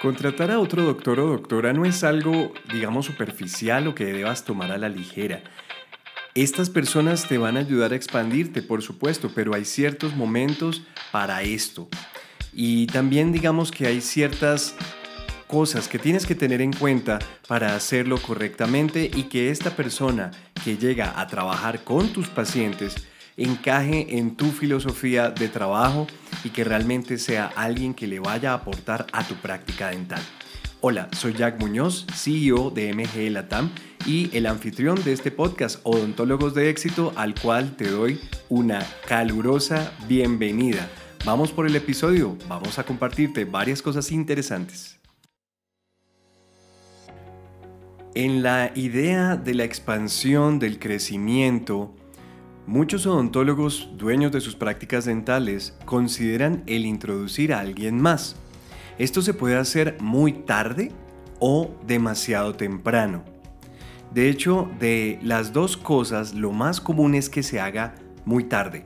Contratar a otro doctor o doctora no es algo, digamos, superficial o que debas tomar a la ligera. Estas personas te van a ayudar a expandirte, por supuesto, pero hay ciertos momentos para esto. Y también digamos que hay ciertas cosas que tienes que tener en cuenta para hacerlo correctamente y que esta persona que llega a trabajar con tus pacientes encaje en tu filosofía de trabajo y que realmente sea alguien que le vaya a aportar a tu práctica dental. Hola, soy Jack Muñoz, CEO de MG Latam y el anfitrión de este podcast Odontólogos de Éxito, al cual te doy una calurosa bienvenida. Vamos por el episodio, vamos a compartirte varias cosas interesantes. En la idea de la expansión, del crecimiento, muchos odontólogos, dueños de sus prácticas dentales, consideran el introducir a alguien más. Esto se puede hacer muy tarde o demasiado temprano. De hecho, de las dos cosas, lo más común es que se haga muy tarde,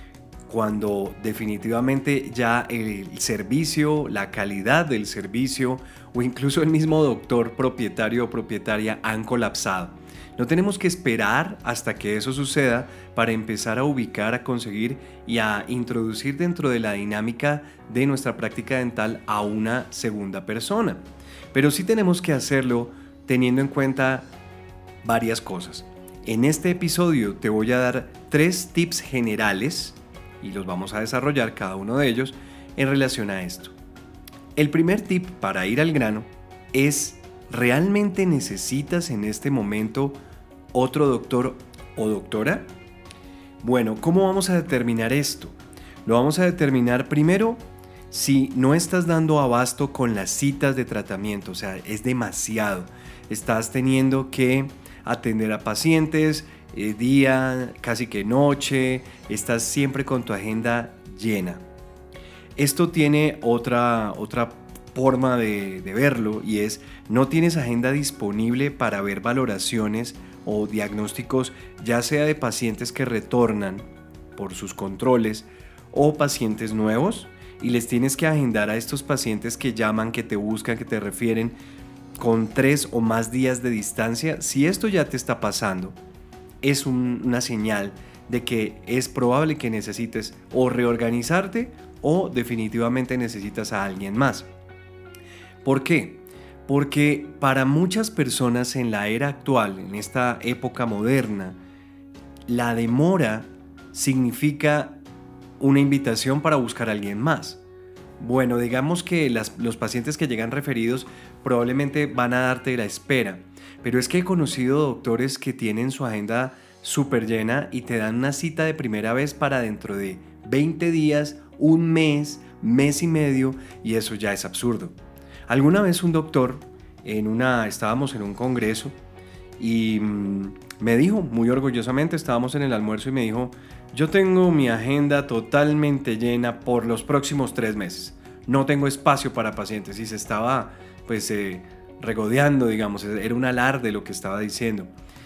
cuando definitivamente ya el servicio, la calidad del servicio o incluso el mismo doctor propietario o propietaria han colapsado. No tenemos que esperar hasta que eso suceda para empezar a ubicar, a conseguir y a introducir dentro de la dinámica de nuestra práctica dental a una segunda persona. Pero sí tenemos que hacerlo teniendo en cuenta varias cosas. En este episodio te voy a dar 3 tips generales y los vamos a desarrollar cada uno de ellos en relación a esto. El primer tip para ir al grano es: ¿realmente necesitas en este momento otro doctor o doctora? Bueno, ¿cómo vamos a determinar esto? Lo vamos a determinar primero si no estás dando abasto con las citas de tratamiento, o sea, es demasiado. Estás teniendo que atender a pacientes día, casi que noche, estás siempre con tu agenda llena. Esto tiene otra forma de verlo, y es: no tienes agenda disponible para ver valoraciones o diagnósticos, ya sea de pacientes que retornan por sus controles o pacientes nuevos, y les tienes que agendar a estos pacientes que llaman, que te buscan, que te refieren con 3 o más días de distancia. Si esto ya te está pasando, es una señal de que es probable que necesites o reorganizarte o definitivamente necesitas a alguien más. ¿Por qué? Porque para muchas personas en la era actual, en esta época moderna, la demora significa una invitación para buscar a alguien más. Bueno, digamos que los pacientes que llegan referidos probablemente van a darte la espera, pero es que he conocido doctores que tienen su agenda súper llena y te dan una cita de primera vez para dentro de 20 días, un mes, mes y medio, y eso ya es absurdo. Alguna vez un doctor, estábamos en un congreso y me dijo muy orgullosamente, estábamos en el almuerzo y me dijo: yo tengo mi agenda totalmente llena por los próximos 3 meses. No tengo espacio para pacientes. Y se estaba regodeando, digamos, era un alarde lo que estaba diciendo.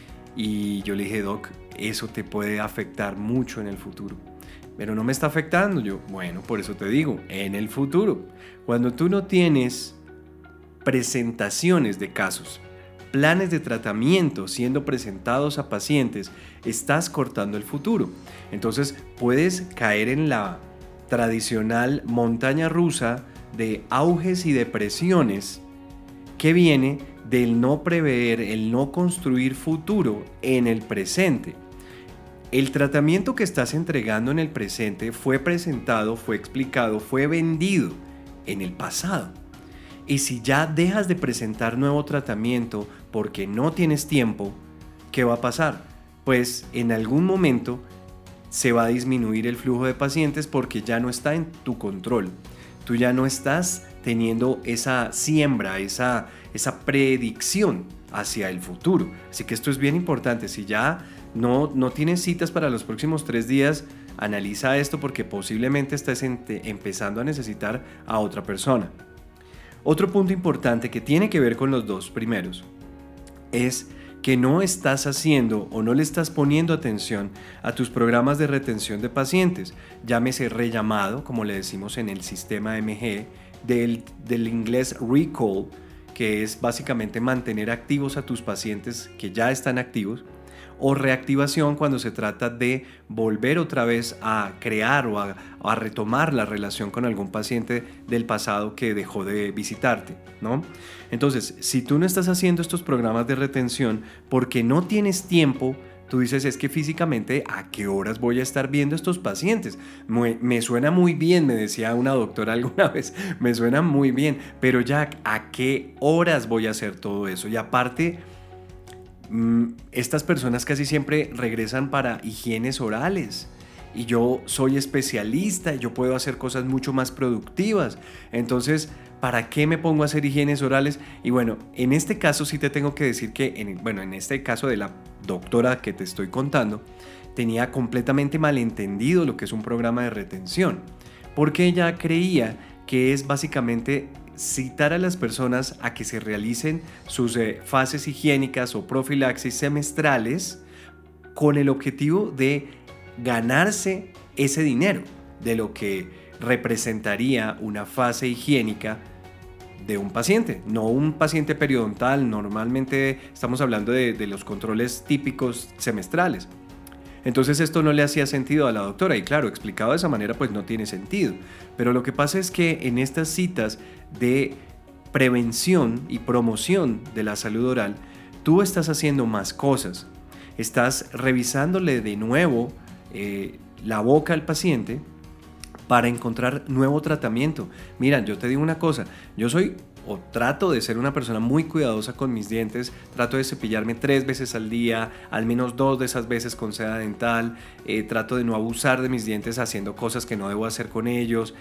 Y yo le dije: doc, eso te puede afectar mucho en el futuro. Pero no me está afectando. Yo: bueno, por eso te digo, en el futuro. Cuando tú no tienes presentaciones de casos, planes de tratamiento siendo presentados a pacientes, estás cortando el futuro. Entonces puedes caer en la tradicional montaña rusa de auges y depresiones que viene del no prever, el no construir futuro en el presente. El tratamiento que estás entregando en el presente fue presentado, fue explicado, fue vendido en el pasado. Y si ya dejas de presentar nuevo tratamiento porque no tienes tiempo, ¿qué va a pasar? Pues en algún momento se va a disminuir el flujo de pacientes porque ya no está en tu control. Tú ya no estás teniendo esa siembra, esa predicción hacia el futuro. Así que esto es bien importante. Si ya no tienes citas para los próximos 3 días, analiza esto porque posiblemente estés empezando a necesitar a otra persona. Otro punto importante que tiene que ver con los dos primeros es que no estás haciendo o no le estás poniendo atención a tus programas de retención de pacientes, llámese rellamado, como le decimos en el sistema MG, del inglés recall, que es básicamente mantener activos a tus pacientes que ya están activos, o reactivación cuando se trata de volver otra vez a crear o a retomar la relación con algún paciente del pasado que dejó de visitarte, ¿no? Entonces, si tú no estás haciendo estos programas de retención porque no tienes tiempo, tú dices, es que físicamente, ¿a qué horas voy a estar viendo estos pacientes? Me suena muy bien, me decía una doctora alguna vez, me suena muy bien, pero ya, ¿a qué horas voy a hacer todo eso? Y aparte, estas personas casi siempre regresan para higienes orales y yo soy especialista y yo puedo hacer cosas mucho más productivas. Entonces, ¿para qué me pongo a hacer higienes orales? Y bueno, en este caso sí te tengo que decir que, en este caso de la doctora que te estoy contando, tenía completamente malentendido lo que es un programa de retención, porque ella creía que es básicamente citar a las personas a que se realicen sus fases higiénicas o profilaxis semestrales con el objetivo de ganarse ese dinero de lo que representaría una fase higiénica de un paciente, no un paciente periodontal. Normalmente estamos hablando de los controles típicos semestrales. Entonces esto no le hacía sentido a la doctora y claro, explicado de esa manera pues no tiene sentido. Pero lo que pasa es que en estas citas de prevención y promoción de la salud oral, tú estás haciendo más cosas. Estás revisándole de nuevo la boca al paciente para encontrar nuevo tratamiento. Mira, yo te digo una cosa, yo soy o trato de ser una persona muy cuidadosa con mis dientes, trato de cepillarme 3 veces al día, al menos 2 de esas veces con seda dental, trato de no abusar de mis dientes haciendo cosas que no debo hacer con ellos,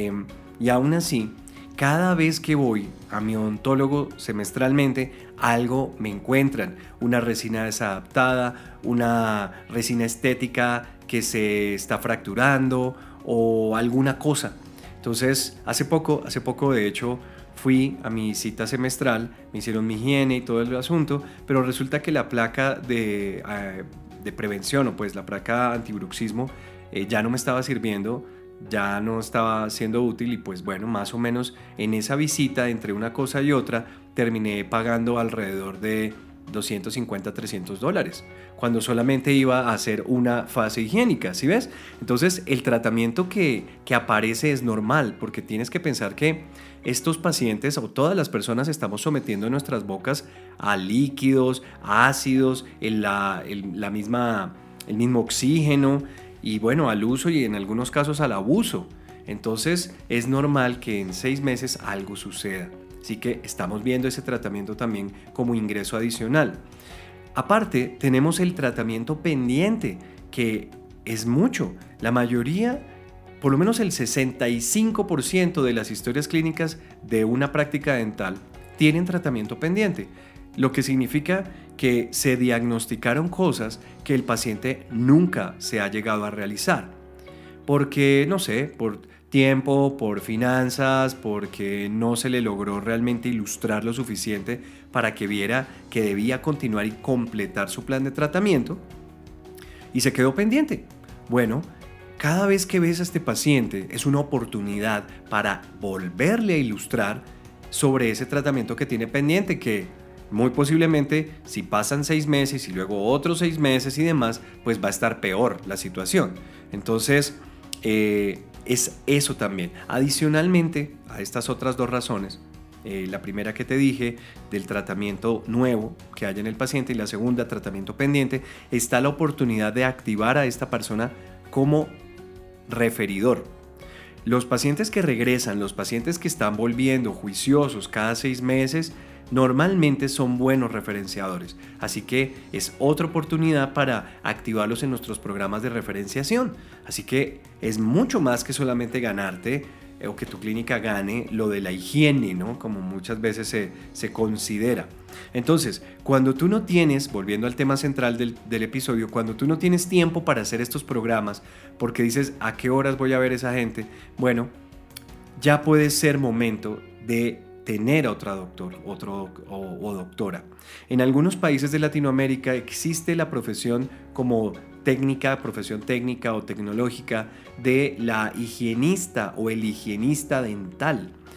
y aún así, cada vez que voy a mi odontólogo semestralmente, algo me encuentran, una resina desadaptada, una resina estética que se está fracturando o alguna cosa. Entonces, hace poco de hecho, fui a mi cita semestral, me hicieron mi higiene y todo el asunto, pero resulta que la placa de prevención, o pues la placa antibruxismo, ya no me estaba sirviendo, ya no estaba siendo útil y pues bueno, más o menos en esa visita entre una cosa y otra terminé pagando alrededor de $250, $300, cuando solamente iba a hacer una fase higiénica, ¿sí ves? Entonces el tratamiento que aparece es normal, porque tienes que pensar que estos pacientes o todas las personas estamos sometiendo nuestras bocas a líquidos, ácidos, el mismo oxígeno y bueno, al uso y en algunos casos al abuso. Entonces es normal que en 6 meses algo suceda. Así que estamos viendo ese tratamiento también como ingreso adicional. Aparte, tenemos el tratamiento pendiente, que es mucho. La mayoría, por lo menos el 65% de las historias clínicas de una práctica dental tienen tratamiento pendiente, lo que significa que se diagnosticaron cosas que el paciente nunca se ha llegado a realizar. Porque, no sé, por tiempo, por finanzas, porque no se le logró realmente ilustrar lo suficiente para que viera que debía continuar y completar su plan de tratamiento y se quedó pendiente. Bueno, cada vez que ves a este paciente es una oportunidad para volverle a ilustrar sobre ese tratamiento que tiene pendiente, que muy posiblemente si pasan 6 meses y luego otros 6 meses y demás, pues va a estar peor la situación. Entonces, es eso también. Adicionalmente a estas otras 2 razones, la primera que te dije del tratamiento nuevo que hay en el paciente y la segunda, tratamiento pendiente, está la oportunidad de activar a esta persona como referidor. Los pacientes que regresan, los pacientes que están volviendo juiciosos cada 6 meses, normalmente son buenos referenciadores, así que es otra oportunidad para activarlos en nuestros programas de referenciación. Así que es mucho más que solamente ganarte o que tu clínica gane lo de la higiene, ¿no? Como muchas veces se considera. Entonces, cuando tú no tienes, volviendo al tema central del episodio, cuando tú no tienes tiempo para hacer estos programas, porque dices, ¿a qué horas voy a ver a esa gente? Bueno, ya puede ser momento de tener a otro doctor o doctora. En algunos países de Latinoamérica existe la profesión como profesión técnica o tecnológica de la higienista o el higienista dental.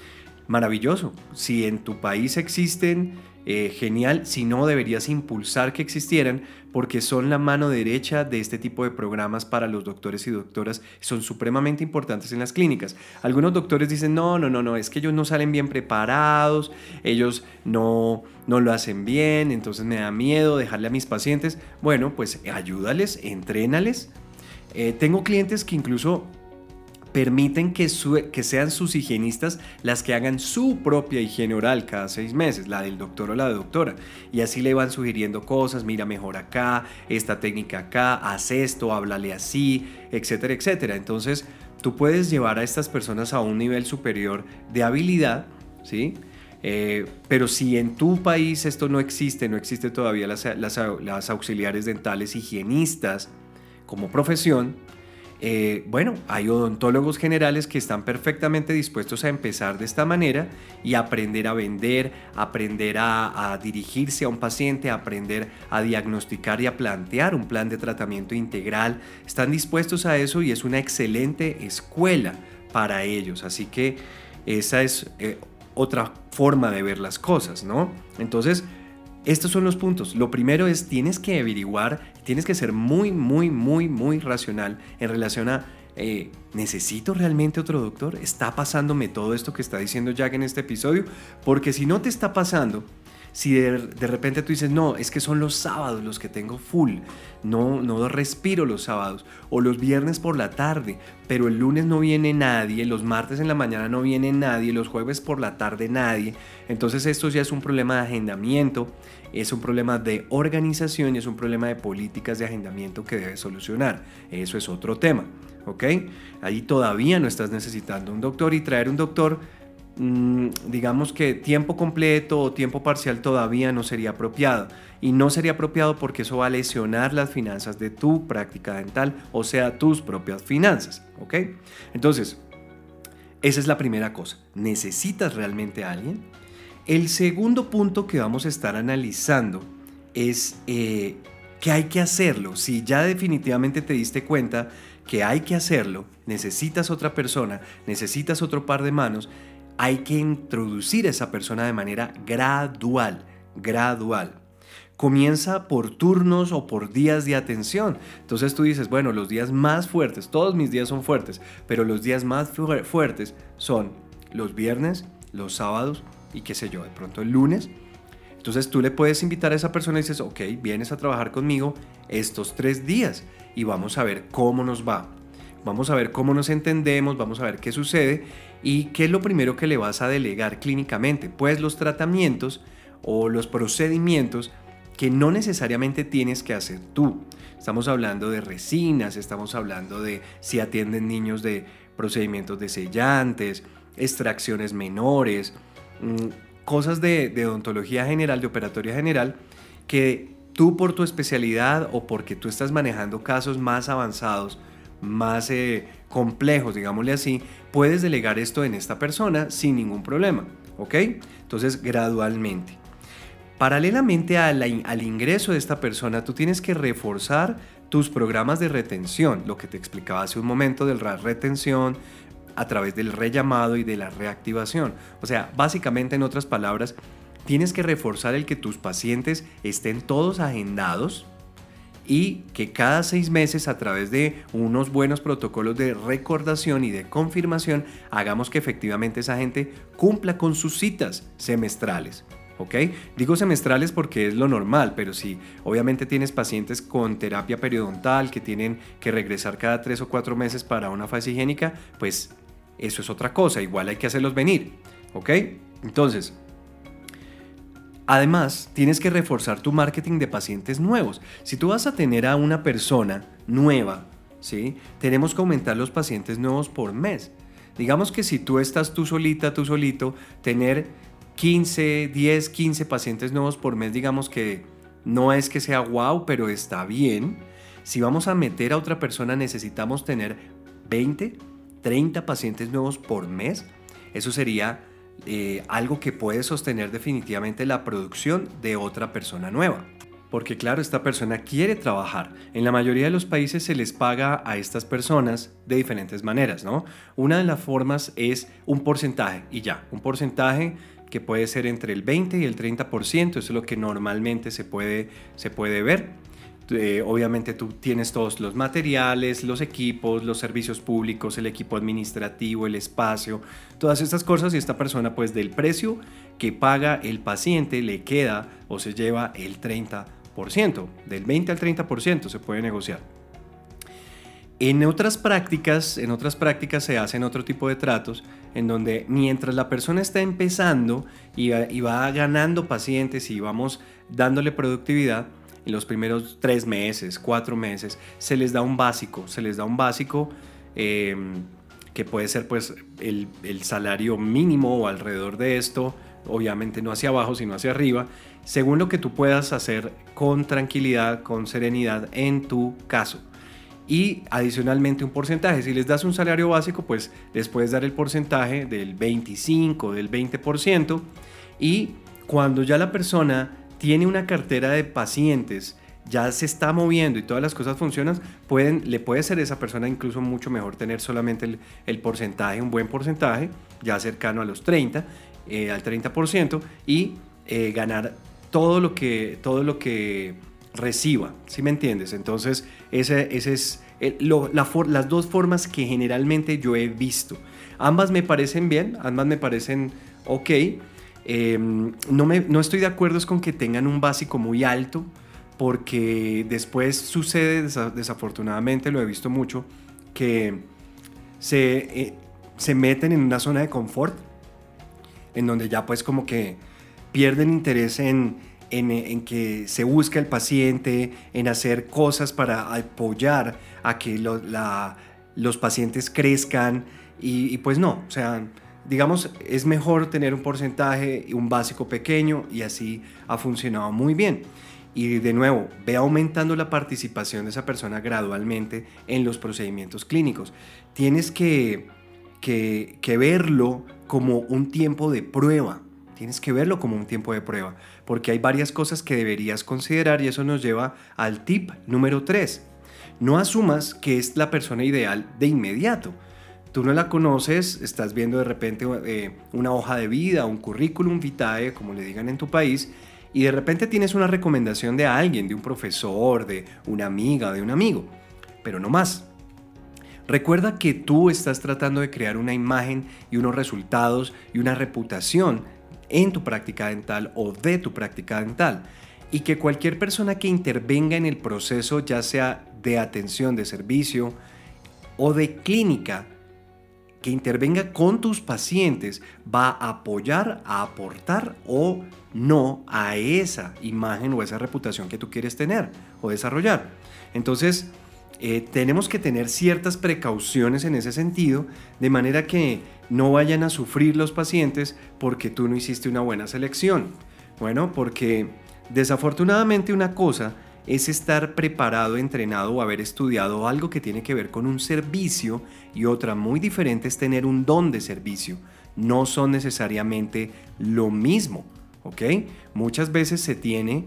maravilloso. Si en tu país existen, genial. Si no, deberías impulsar que existieran, porque son la mano derecha de este tipo de programas para los doctores y doctoras. Son supremamente importantes en las clínicas. Algunos doctores dicen, no, es que ellos no salen bien preparados, ellos no lo hacen bien, entonces me da miedo dejarle a mis pacientes. Bueno, pues ayúdales, entrénales. Tengo clientes que incluso permiten que sean sus higienistas las que hagan su propia higiene oral cada 6 meses, la del doctor o la doctora, y así le van sugiriendo cosas, mira mejor acá, esta técnica acá, haz esto, háblale así, etcétera, etcétera. Entonces tú puedes llevar a estas personas a un nivel superior de habilidad, ¿sí? Pero si en tu país esto no existe todavía las auxiliares dentales higienistas como profesión, bueno, hay odontólogos generales que están perfectamente dispuestos a empezar de esta manera y aprender a vender, aprender a dirigirse a un paciente, aprender a diagnosticar y a plantear un plan de tratamiento integral. Están dispuestos a eso y es una excelente escuela para ellos. Así que esa es otra forma de ver las cosas, ¿no? Entonces, estos son los puntos. Lo primero es, tienes que averiguar, tienes que ser muy racional en relación a, ¿necesito realmente otro doctor? ¿Está pasándome todo esto que está diciendo Jack en este episodio? Porque si no te está pasando, si de repente tú dices, no, es que son los sábados los que tengo full, no respiro los sábados, o los viernes por la tarde, pero el lunes no viene nadie, los martes en la mañana no viene nadie, los jueves por la tarde nadie, entonces esto ya es un problema de agendamiento, es un problema de organización y es un problema de políticas de agendamiento que debes solucionar. Eso es otro tema, ¿ok? Ahí todavía no estás necesitando un doctor, y traer un doctor, digamos que tiempo completo o tiempo parcial todavía no sería apropiado, y no sería apropiado porque eso va a lesionar las finanzas de tu práctica dental, o sea, tus propias finanzas, ¿ok? Entonces, esa es la primera cosa. ¿Necesitas realmente a alguien? El segundo punto que vamos a estar analizando es que hay que hacerlo. Si ya definitivamente te diste cuenta que hay que hacerlo, necesitas otra persona, necesitas otro par de manos, hay que introducir a esa persona de manera gradual. Comienza por turnos o por días de atención. Entonces tú dices, bueno, los días más fuertes, todos mis días son fuertes, pero los días más fuertes son los viernes, los sábados y qué sé yo, de pronto el lunes. Entonces tú le puedes invitar a esa persona y dices, ok, vienes a trabajar conmigo estos 3 días y vamos a ver cómo nos va. Vamos a ver cómo nos entendemos, vamos a ver qué sucede y qué es lo primero que le vas a delegar clínicamente. Pues los tratamientos o los procedimientos que no necesariamente tienes que hacer tú. Estamos hablando de resinas, estamos hablando de si atienden niños, de procedimientos de sellantes, extracciones menores, cosas de odontología general, de operatoria general, que tú por tu especialidad o porque tú estás manejando casos más avanzados, más complejos, digámosle así, puedes delegar esto en esta persona sin ningún problema, ¿ok? Entonces, gradualmente. Paralelamente al ingreso de esta persona, tú tienes que reforzar tus programas de retención, lo que te explicaba hace un momento de la retención a través del rellamado y de la reactivación. O sea, básicamente, en otras palabras, tienes que reforzar el que tus pacientes estén todos agendados y que cada 6 meses, a través de unos buenos protocolos de recordación y de confirmación, hagamos que efectivamente esa gente cumpla con sus citas semestrales. ¿Ok? Digo semestrales porque es lo normal, pero si obviamente tienes pacientes con terapia periodontal que tienen que regresar cada 3 o 4 meses para una fase higiénica, pues eso es otra cosa, igual hay que hacerlos venir, ¿ok? Entonces, además, tienes que reforzar tu marketing de pacientes nuevos. Si tú vas a tener a una persona nueva, ¿sí? Tenemos que aumentar los pacientes nuevos por mes. Digamos que si tú estás tú solita, tú solito, tener 10, 15 pacientes nuevos por mes, digamos que no es que sea wow, pero está bien. Si vamos a meter a otra persona, necesitamos tener 20, 30 pacientes nuevos por mes. Eso sería algo que puede sostener definitivamente la producción de otra persona nueva. porque claro, esta persona quiere trabajar. En la mayoría de los países se les paga a estas personas de diferentes maneras, ¿no? Una de las formas es un porcentaje y ya, un porcentaje que puede ser entre el 20 y el 30%, eso es lo que normalmente se puede ver. Obviamente tú tienes todos los materiales, los equipos, los servicios públicos, el equipo administrativo, el espacio, todas estas cosas, y esta persona pues del precio que paga el paciente le queda o se lleva el 30%, del 20 al 30% se puede negociar. En otras prácticas se hacen otro tipo de tratos en donde mientras la persona está empezando y va ganando pacientes y vamos dándole productividad, en los primeros 3 meses, 4 meses, se les da un básico, que puede ser pues el salario mínimo o alrededor de esto, obviamente no hacia abajo sino hacia arriba, según lo que tú puedas hacer con tranquilidad, con serenidad en tu caso. Y adicionalmente un porcentaje, si les das un salario básico, pues les puedes dar el porcentaje del 25, del 20%, y cuando ya la persona tiene una cartera de pacientes, ya se está moviendo y todas las cosas funcionan, le puede ser a esa persona incluso mucho mejor tener solamente el porcentaje, un buen porcentaje, ya cercano a los 30, al 30%, y ganar todo lo que reciba, ¿sí me entiendes? Entonces, ese es las dos formas que generalmente yo he visto. Ambas me parecen bien, ambas me parecen ok. No estoy de acuerdo con que tengan un básico muy alto, porque después sucede, desafortunadamente lo he visto mucho, que se meten en una zona de confort en donde ya pues como que pierden interés en que se busque el paciente, en hacer cosas para apoyar a que los pacientes crezcan y pues no, o sea, digamos, es mejor tener un porcentaje, un básico pequeño, y así ha funcionado muy bien. Y de nuevo, ve aumentando la participación de esa persona gradualmente en los procedimientos clínicos. Tienes que verlo como un tiempo de prueba. Tienes que verlo como un tiempo de prueba, porque hay varias cosas que deberías considerar, y eso nos lleva al tip número 3. No asumas que es la persona ideal de inmediato. Tú no la conoces, estás viendo de repente una hoja de vida, un currículum vitae, como le digan en tu país, y de repente tienes una recomendación de alguien, de un profesor, de una amiga, de un amigo, pero no más. Recuerda que tú estás tratando de crear una imagen y unos resultados y una reputación en tu práctica dental o de tu práctica dental, y que cualquier persona que intervenga en el proceso, ya sea de atención, de servicio o de clínica, que intervenga con tus pacientes, va a apoyar, a aportar o no a esa imagen o esa reputación que tú quieres tener o desarrollar. Entonces, tenemos que tener ciertas precauciones en ese sentido, de manera que no vayan a sufrir los pacientes porque tú no hiciste una buena selección. Bueno, porque desafortunadamente una cosa es estar preparado, entrenado o haber estudiado algo que tiene que ver con un servicio, y otra muy diferente es tener un don de servicio. No son necesariamente lo mismo, ¿ok? Muchas veces se tiene,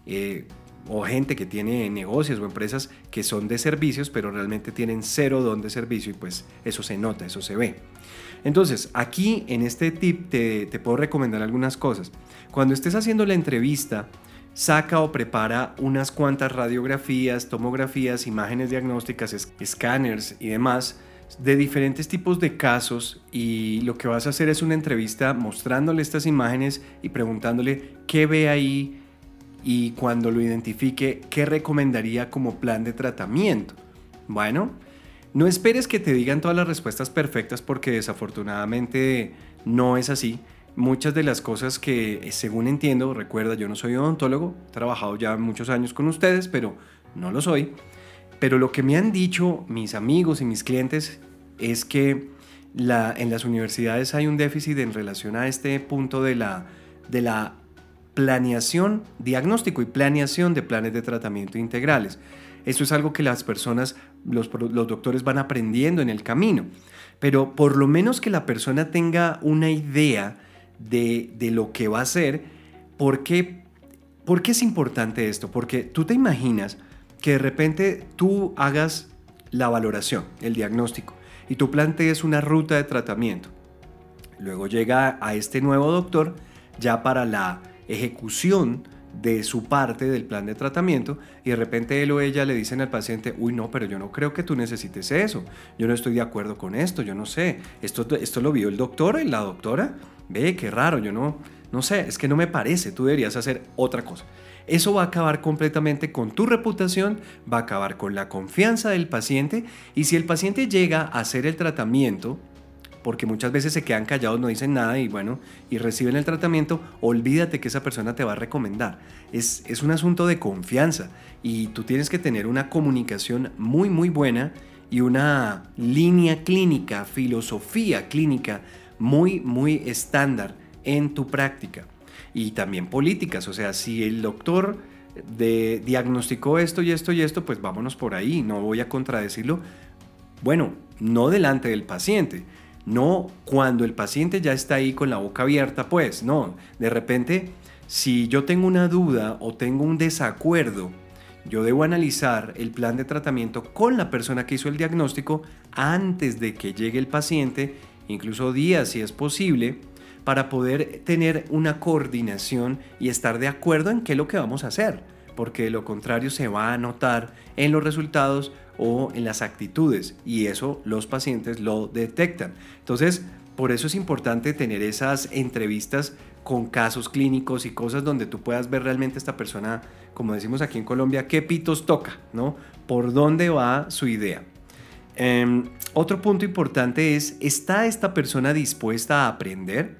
o gente que tiene negocios o empresas que son de servicios, pero realmente tienen cero don de servicio, y pues eso se nota, eso se ve. Entonces, aquí en este tip te puedo recomendar algunas cosas. Cuando estés haciendo la entrevista, saca o prepara unas cuantas radiografías, tomografías, imágenes diagnósticas, escáneres y demás de diferentes tipos de casos, y lo que vas a hacer es una entrevista mostrándole estas imágenes y preguntándole qué ve ahí, y cuando lo identifique, qué recomendaría como plan de tratamiento. Bueno, no esperes que te digan todas las respuestas perfectas, porque desafortunadamente no es así. Muchas de las cosas que, según entiendo, recuerda, yo no soy odontólogo, he trabajado ya muchos años con ustedes, pero no lo soy. Pero lo que me han dicho mis amigos y mis clientes es que en las universidades hay un déficit en relación a este punto de la planeación, diagnóstico y planeación de planes de tratamiento integrales. Eso es algo que las personas, los doctores van aprendiendo en el camino, pero por lo menos que la persona tenga una idea de lo que va a hacer, porque ¿Por qué es importante esto? Porque tú te imaginas que de repente tú hagas la valoración, el diagnóstico, y tú plantees una ruta de tratamiento. Luego llega a este nuevo doctor ya para la ejecución de su parte del plan de tratamiento y de repente él o ella le dicen al paciente, uy no, pero yo no creo que tú necesites eso, yo no estoy de acuerdo con esto, yo no sé, esto lo vio el doctor y la doctora, ve, qué raro, yo no sé, es que no me parece, tú deberías hacer otra cosa. Eso va a acabar completamente con tu reputación, va a acabar con la confianza del paciente y si el paciente llega a hacer el tratamiento, porque muchas veces se quedan callados, no dicen nada y bueno, y reciben el tratamiento, olvídate que esa persona te va a recomendar. Es un asunto de confianza y tú tienes que tener una comunicación muy muy buena y una línea clínica, filosofía clínica muy muy estándar en tu práctica. Y también políticas, o sea, si el doctor diagnosticó esto y esto y esto, pues vámonos por ahí, no voy a contradecirlo. Bueno, no delante del paciente, no cuando el paciente ya está ahí con la boca abierta, pues no, de repente si yo tengo una duda o tengo un desacuerdo, yo debo analizar el plan de tratamiento con la persona que hizo el diagnóstico antes de que llegue el paciente, incluso días si es posible, para poder tener una coordinación y estar de acuerdo en qué es lo que vamos a hacer, porque de lo contrario se va a notar en los resultados o en las actitudes y eso los pacientes lo detectan. Entonces, por eso es importante tener esas entrevistas con casos clínicos y cosas donde tú puedas ver realmente esta persona, como decimos aquí en Colombia, qué pitos toca, ¿no? Por dónde va su idea. Otro punto importante es, ¿está esta persona dispuesta a aprender?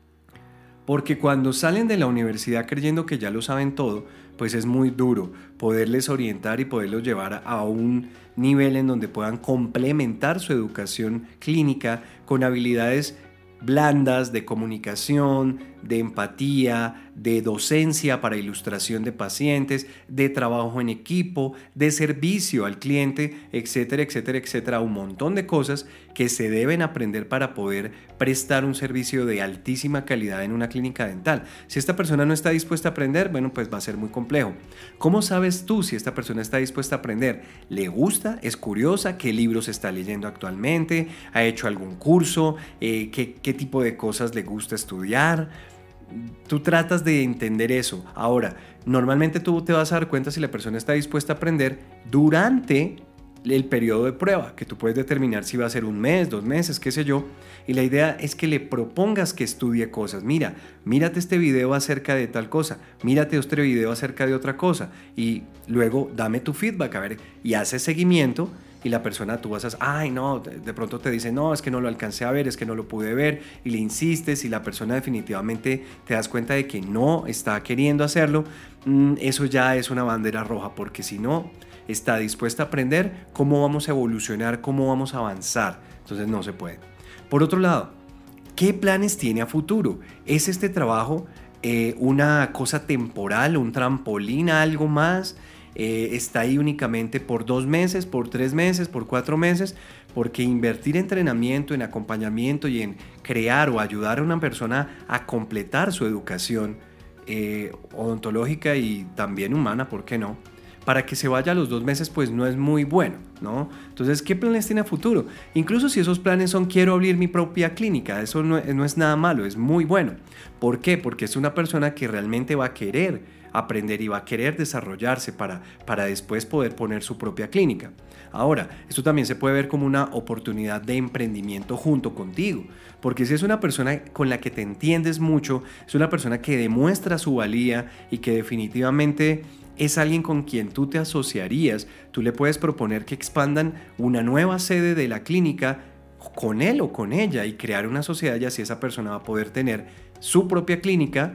Porque cuando salen de la universidad creyendo que ya lo saben todo, pues es muy duro poderles orientar y poderlos llevar a un nivel en donde puedan complementar su educación clínica con habilidades blandas de comunicación, de empatía, de docencia para ilustración de pacientes, de trabajo en equipo, de servicio al cliente, etcétera, etcétera, etcétera. Un montón de cosas que se deben aprender para poder prestar un servicio de altísima calidad en una clínica dental. Si esta persona no está dispuesta a aprender, bueno, pues va a ser muy complejo. ¿Cómo sabes tú si esta persona está dispuesta a aprender? ¿Le gusta? ¿Es curiosa? ¿Qué libros está leyendo actualmente? ¿Ha hecho algún curso? ¿Qué tipo de cosas le gusta estudiar? Tú tratas de entender eso. Ahora, normalmente tú te vas a dar cuenta si la persona está dispuesta a aprender durante el periodo de prueba, que tú puedes determinar si va a ser un mes, 2 meses, qué sé yo, y la idea es que le propongas que estudie cosas. Mírate este video acerca de tal cosa, mírate otro video acerca de otra cosa, y luego dame tu feedback, a ver, y hace seguimiento, y la persona tú vas a, ay no, de pronto te dice, no, es que no lo alcancé a ver, es que no lo pude ver, y le insistes, y la persona definitivamente te das cuenta de que no está queriendo hacerlo, eso ya es una bandera roja, porque si no está dispuesta a aprender, ¿cómo vamos a evolucionar? ¿Cómo vamos a avanzar? Entonces no se puede. Por otro lado, ¿qué planes tiene a futuro? ¿Es este trabajo una cosa temporal, un trampolín a algo más? ¿Está ahí únicamente por 2 meses, por 3 meses, por 4 meses? Porque invertir en entrenamiento, en acompañamiento y en crear o ayudar a una persona a completar su educación odontológica y también humana, ¿por qué no? Para que se vaya a los 2 meses, pues no es muy bueno, ¿no? Entonces, ¿qué planes tiene a futuro? Incluso si esos planes son quiero abrir mi propia clínica, eso no es nada malo, es muy bueno. ¿Por qué? Porque es una persona que realmente va a querer aprender y va a querer desarrollarse para después poder poner su propia clínica. Ahora, esto también se puede ver como una oportunidad de emprendimiento junto contigo, porque si es una persona con la que te entiendes mucho, es una persona que demuestra su valía y que definitivamente es alguien con quien tú te asociarías, tú le puedes proponer que expandan una nueva sede de la clínica con él o con ella y crear una sociedad, y así esa persona va a poder tener su propia clínica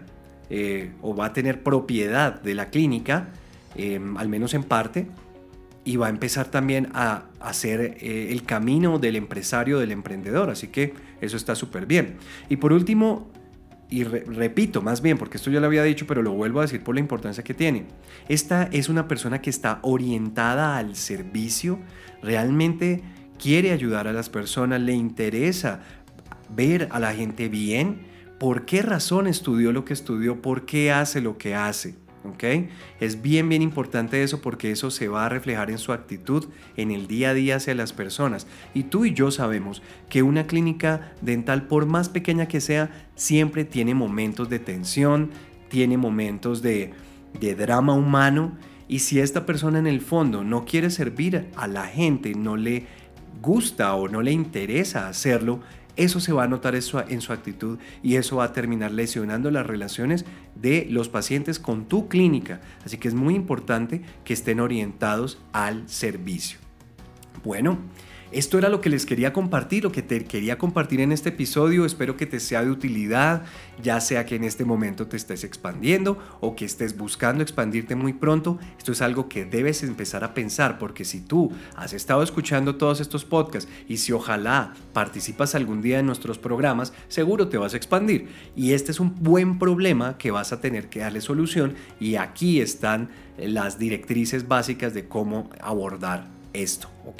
o va a tener propiedad de la clínica, al menos en parte, y va a empezar también a hacer el camino del empresario, del emprendedor, así que eso está súper bien. Y por último, y repito más bien, porque esto ya lo había dicho, pero lo vuelvo a decir por la importancia que tiene, esta es una persona que está orientada al servicio, realmente quiere ayudar a las personas, le interesa ver a la gente bien, por qué razón estudió lo que estudió, por qué hace lo que hace. ¿ok? Es bien importante eso porque eso se va a reflejar en su actitud en el día a día hacia las personas. Y tú y yo sabemos que una clínica dental, por más pequeña que sea, siempre tiene momentos de tensión, tiene momentos de drama humano. Y si esta persona en el fondo no quiere servir a la gente, no le gusta o no le interesa hacerlo, eso se va a notar en su actitud y eso va a terminar lesionando las relaciones de los pacientes con tu clínica. Así que es muy importante que estén orientados al servicio. Bueno, esto era lo que les quería compartir, lo que te quería compartir en este episodio. Espero que te sea de utilidad, ya sea que en este momento te estés expandiendo o que estés buscando expandirte muy pronto. Esto es algo que debes empezar a pensar, porque si tú has estado escuchando todos estos podcasts y si ojalá participas algún día en nuestros programas, seguro te vas a expandir. Y este es un buen problema que vas a tener que darle solución, y aquí están las directrices básicas de cómo abordar esto, ¿ok?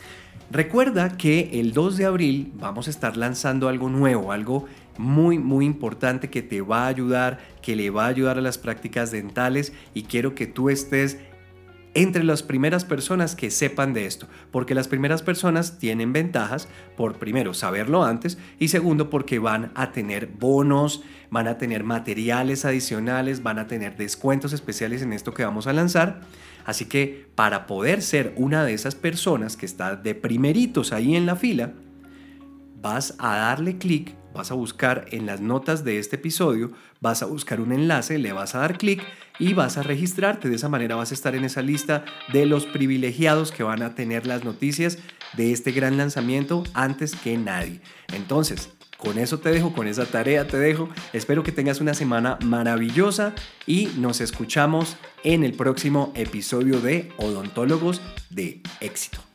Recuerda que el 2 de abril vamos a estar lanzando algo nuevo, algo muy importante que te va a ayudar, que le va a ayudar a las prácticas dentales, y quiero que tú estés entre las primeras personas que sepan de esto, porque las primeras personas tienen ventajas por, primero, saberlo antes, y segundo, porque van a tener bonos, van a tener materiales adicionales, van a tener descuentos especiales en esto que vamos a lanzar. Así que para poder ser una de esas personas que está de primeritos ahí en la fila, vas a darle clic, vas a buscar en las notas de este episodio, vas a buscar un enlace, le vas a dar clic y vas a registrarte. De esa manera vas a estar en esa lista de los privilegiados que van a tener las noticias de este gran lanzamiento antes que nadie. Entonces, con eso te dejo, con esa tarea te dejo. Espero que tengas una semana maravillosa y nos escuchamos en el próximo episodio de Odontólogos de Éxito.